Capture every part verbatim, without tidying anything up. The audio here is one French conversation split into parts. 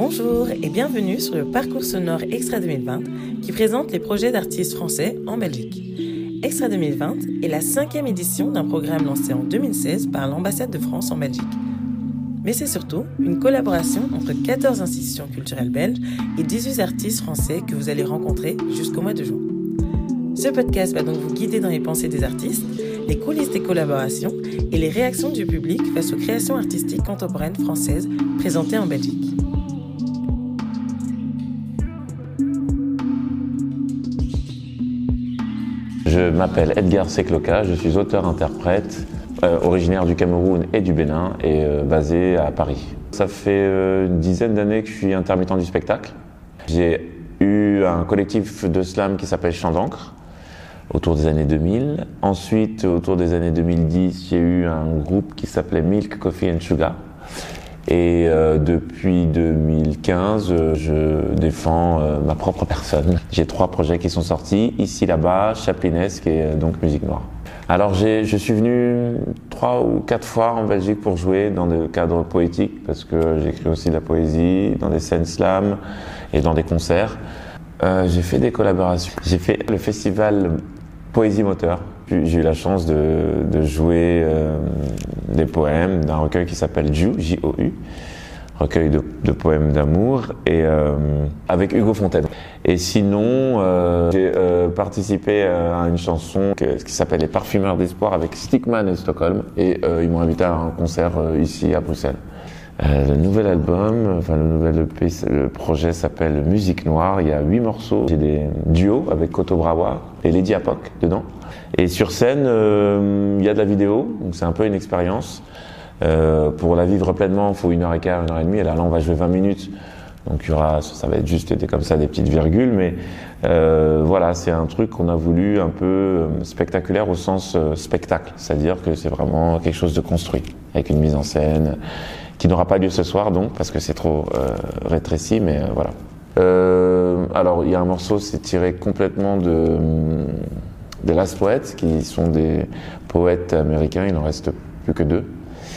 Bonjour et bienvenue sur le Parcours Sonore Extra deux mille vingt qui présente les projets d'artistes français en Belgique. Extra deux mille vingt est la cinquième édition d'un programme lancé en deux mille seize par l'ambassade de France en Belgique. Mais c'est surtout une collaboration entre quatorze institutions culturelles belges et dix-huit artistes français que vous allez rencontrer jusqu'au mois de juin. Ce podcast va donc vous guider dans les pensées des artistes, les coulisses des collaborations et les réactions du public face aux créations artistiques contemporaines françaises présentées en Belgique. Je m'appelle Edgar Sekloka, je suis auteur-interprète, euh, originaire du Cameroun et du Bénin et euh, basé à Paris. Ça fait euh, une dizaine d'années que je suis intermittent du spectacle. J'ai eu un collectif de slam qui s'appelle Chant d'encre autour des années deux mille. Ensuite, autour des années deux mille dix, j'ai eu un groupe qui s'appelait Milk, Coffee and Sugar. Et euh, depuis deux mille quinze, euh, je défends euh, ma propre personne. J'ai trois projets qui sont sortis, Ici, là-bas, Chaplinesque et euh, donc Musique Noire. Alors j'ai, je suis venu trois ou quatre fois en Belgique pour jouer dans des cadres poétiques, parce que j'écris aussi de la poésie, dans des scènes slam et dans des concerts. Euh, j'ai fait des collaborations. J'ai fait le festival Poésie Moteur. J'ai eu la chance de, de jouer euh, des poèmes d'un recueil qui s'appelle Ju, J O U, recueil de, de poèmes d'amour, et euh, avec Hugo Fontaine. Et sinon, euh, j'ai euh, participé à une chanson que, qui s'appelle Les Parfumeurs d'Espoir avec Stickman et Stockholm, et euh, ils m'ont invité à un concert euh, ici à Bruxelles. Euh, le nouvel album, enfin le nouvel E P, le projet s'appelle Musique Noire. Il y a huit morceaux. J'ai des duos avec Koto Brawa et Lady Apoc dedans. Et sur scène, euh, il y a de la vidéo, donc c'est un peu une expérience. Euh, pour la vivre pleinement, il faut une heure et quart, une heure et demie. Et là, là, on va jouer vingt minutes. Donc il y aura, ça va être juste des, comme ça, des petites virgules. Mais euh, voilà, c'est un truc qu'on a voulu un peu euh, spectaculaire au sens euh, spectacle. C'est-à-dire que c'est vraiment quelque chose de construit, avec une mise en scène qui n'aura pas lieu ce soir, donc, parce que c'est trop euh, rétréci, mais euh, voilà. Euh, alors, il y a un morceau, c'est tiré complètement de, de Last Poets, qui sont des poètes américains, il n'en reste plus que deux,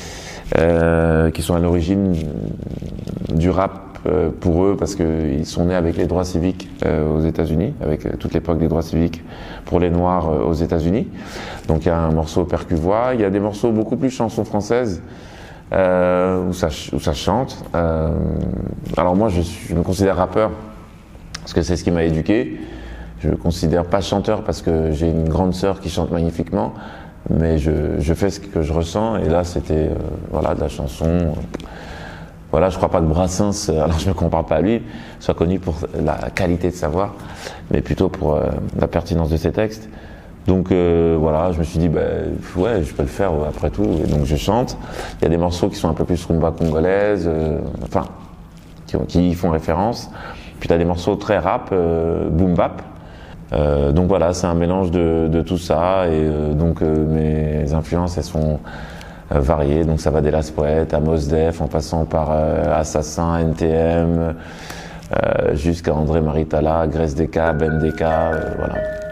euh, qui sont à l'origine du rap euh, pour eux, parce qu'ils sont nés avec les droits civiques euh, aux États-Unis, avec euh, toute l'époque des droits civiques pour les Noirs euh, aux États-Unis. Donc, il y a un morceau percu-voix, il y a des morceaux beaucoup plus chansons françaises, Euh, où, ça, où ça chante. Euh, alors moi, je, suis, je me considère rappeur parce que c'est ce qui m'a éduqué. Je me considère pas chanteur parce que j'ai une grande sœur qui chante magnifiquement, mais je, je fais ce que je ressens. Et là, c'était euh, voilà de la chanson. Voilà, je crois pas que Brassens, alors je me compare pas à lui, soit connu pour la qualité de sa voix, mais plutôt pour euh, la pertinence de ses textes. Donc euh, voilà, je me suis dit, bah, ouais, je peux le faire après tout, et donc je chante. Il y a des morceaux qui sont un peu plus rumba congolaise, euh, enfin, qui, qui y font référence. Puis tu as des morceaux très rap, euh, boom bap. Euh, donc voilà, c'est un mélange de, de tout ça, et euh, donc euh, mes influences, elles sont euh, variées. Donc ça va des Last Poets à Mos Def, en passant par euh, Assassin, N T M, euh, jusqu'à André Maritala, Grèce D K, Ben D K, euh, voilà.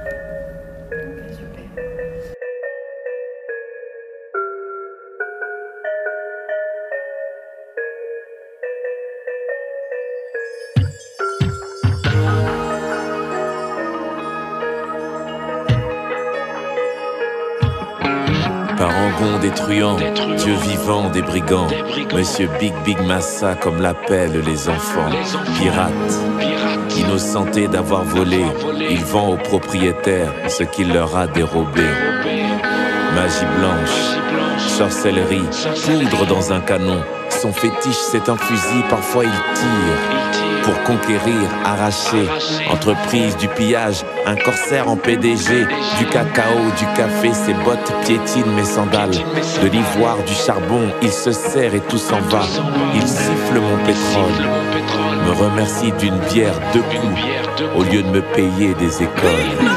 Parangon des truands, Dieu vivant des brigands, Monsieur Big Big Massa comme l'appellent les enfants, pirates, innocentés d'avoir volé, il vend aux propriétaires ce qu'il leur a dérobé. Magie blanche, sorcellerie, poudre dans un canon, son fétiche c'est un fusil, parfois il tire. Pour conquérir, arracher, entreprise du pillage, un corsaire en P D G, du cacao, du café, ses bottes piétinent mes sandales, de l'ivoire, du charbon, il se sert et tout s'en va, il siffle mon pétrole, me remercie d'une bière deux coups, au lieu de me payer des écoles.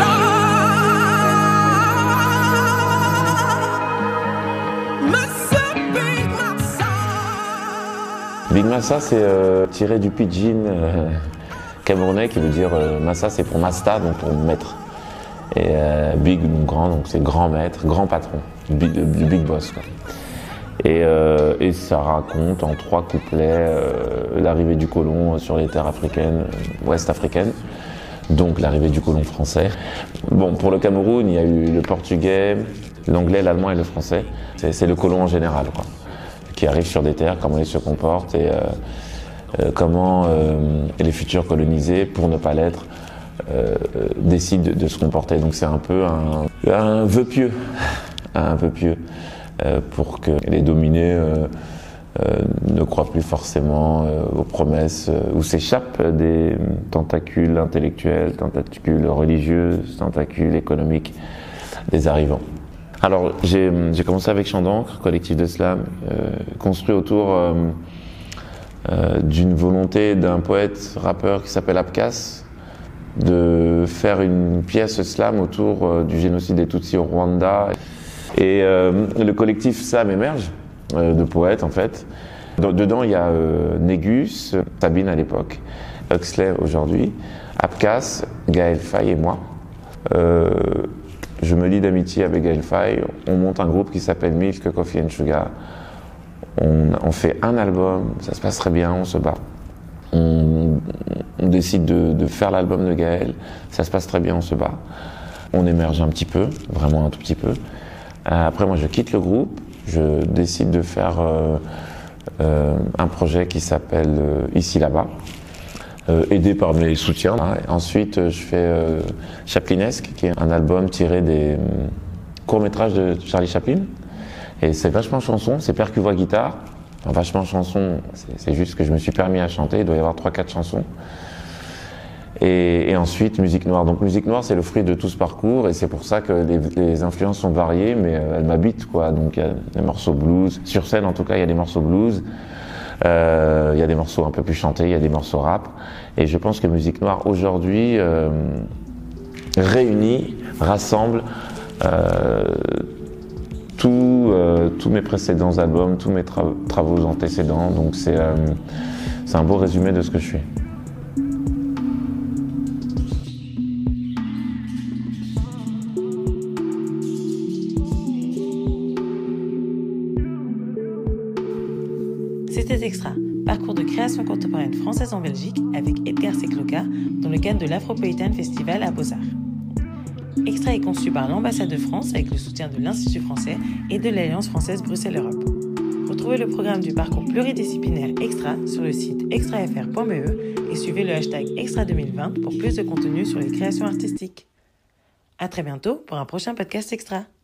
Big Massa, c'est euh, tiré du pidgin euh, camerounais qui veut dire euh, Massa, c'est pour Masta, donc pour maître. Et euh, Big, donc grand, donc c'est grand maître, grand patron, du big, du big boss, quoi. Et, euh, et ça raconte en trois couplets euh, l'arrivée du colon sur les terres africaines, euh, ouest africaines, donc l'arrivée du colon français. Bon, pour le Cameroun, il y a eu le portugais, l'anglais, l'allemand et le français. C'est, c'est le colon en général, quoi, qui arrive sur des terres, comment il se comporte et euh, euh, comment euh, les futurs colonisés, pour ne pas l'être, euh, décident de, de se comporter. Donc c'est un peu un, un vœu pieux, un vœu pieux. Euh, pour que les dominés euh, euh, ne croient plus forcément euh, aux promesses euh, ou s'échappent des tentacules intellectuels, tentacules religieuses, tentacules économiques des arrivants. Alors j'ai, j'ai commencé avec Chant d'encre, collectif de slam, euh, construit autour euh, euh, d'une volonté d'un poète rappeur qui s'appelle Apkas de faire une pièce slam autour euh, du génocide des Tutsis au Rwanda. Et euh, le collectif Slam émerge, euh, de poètes en fait. Dedans, il y a euh, Négus, Sabine à l'époque, Huxley aujourd'hui, Apkas, Gaël Faye et moi. Euh, je me lie d'amitié avec Gaël Faye. On monte un groupe qui s'appelle Milk, Coffee and Sugar. On, on fait un album, ça se passe très bien, on se bat. On, on décide de, de faire l'album de Gaël, ça se passe très bien, on se bat. On émerge un petit peu, vraiment un tout petit peu. Après, moi, je quitte le groupe, je décide de faire euh, euh, un projet qui s'appelle euh, Ici là-bas, euh, aidé par mes soutiens. Hein. Ensuite, je fais euh, Chaplinesque, qui est un album tiré des euh, courts-métrages de Charlie Chaplin. Et c'est vachement chanson, c'est percu voix guitare. Enfin, vachement chanson, c'est, c'est juste que je me suis permis à chanter, il doit y avoir trois quatre chansons. Et, et ensuite, musique noire. Donc, musique noire, c'est le fruit de tout ce parcours, et c'est pour ça que les, les influences sont variées, mais elles m'habitent, quoi. Donc, il y a des morceaux blues. Sur scène, en tout cas, il y a des morceaux blues. Euh, il y a des morceaux un peu plus chantés, il y a des morceaux rap. Et je pense que musique noire, aujourd'hui, euh, réunit, rassemble euh, tout, euh, tous mes précédents albums, tous mes tra- travaux antécédents. Donc, c'est, euh, c'est un beau résumé de ce que je suis. C'était Extra, parcours de création contemporaine française en Belgique avec Edgar Secloka dans le cadre de l'Afropolitan Festival à Beaux-Arts. Extra est conçu par l'ambassade de France avec le soutien de l'Institut français et de l'Alliance française Bruxelles-Europe. Retrouvez le programme du parcours pluridisciplinaire Extra sur le site extra f r point b e et suivez le hashtag Extra deux mille vingt pour plus de contenu sur les créations artistiques. À très bientôt pour un prochain podcast Extra.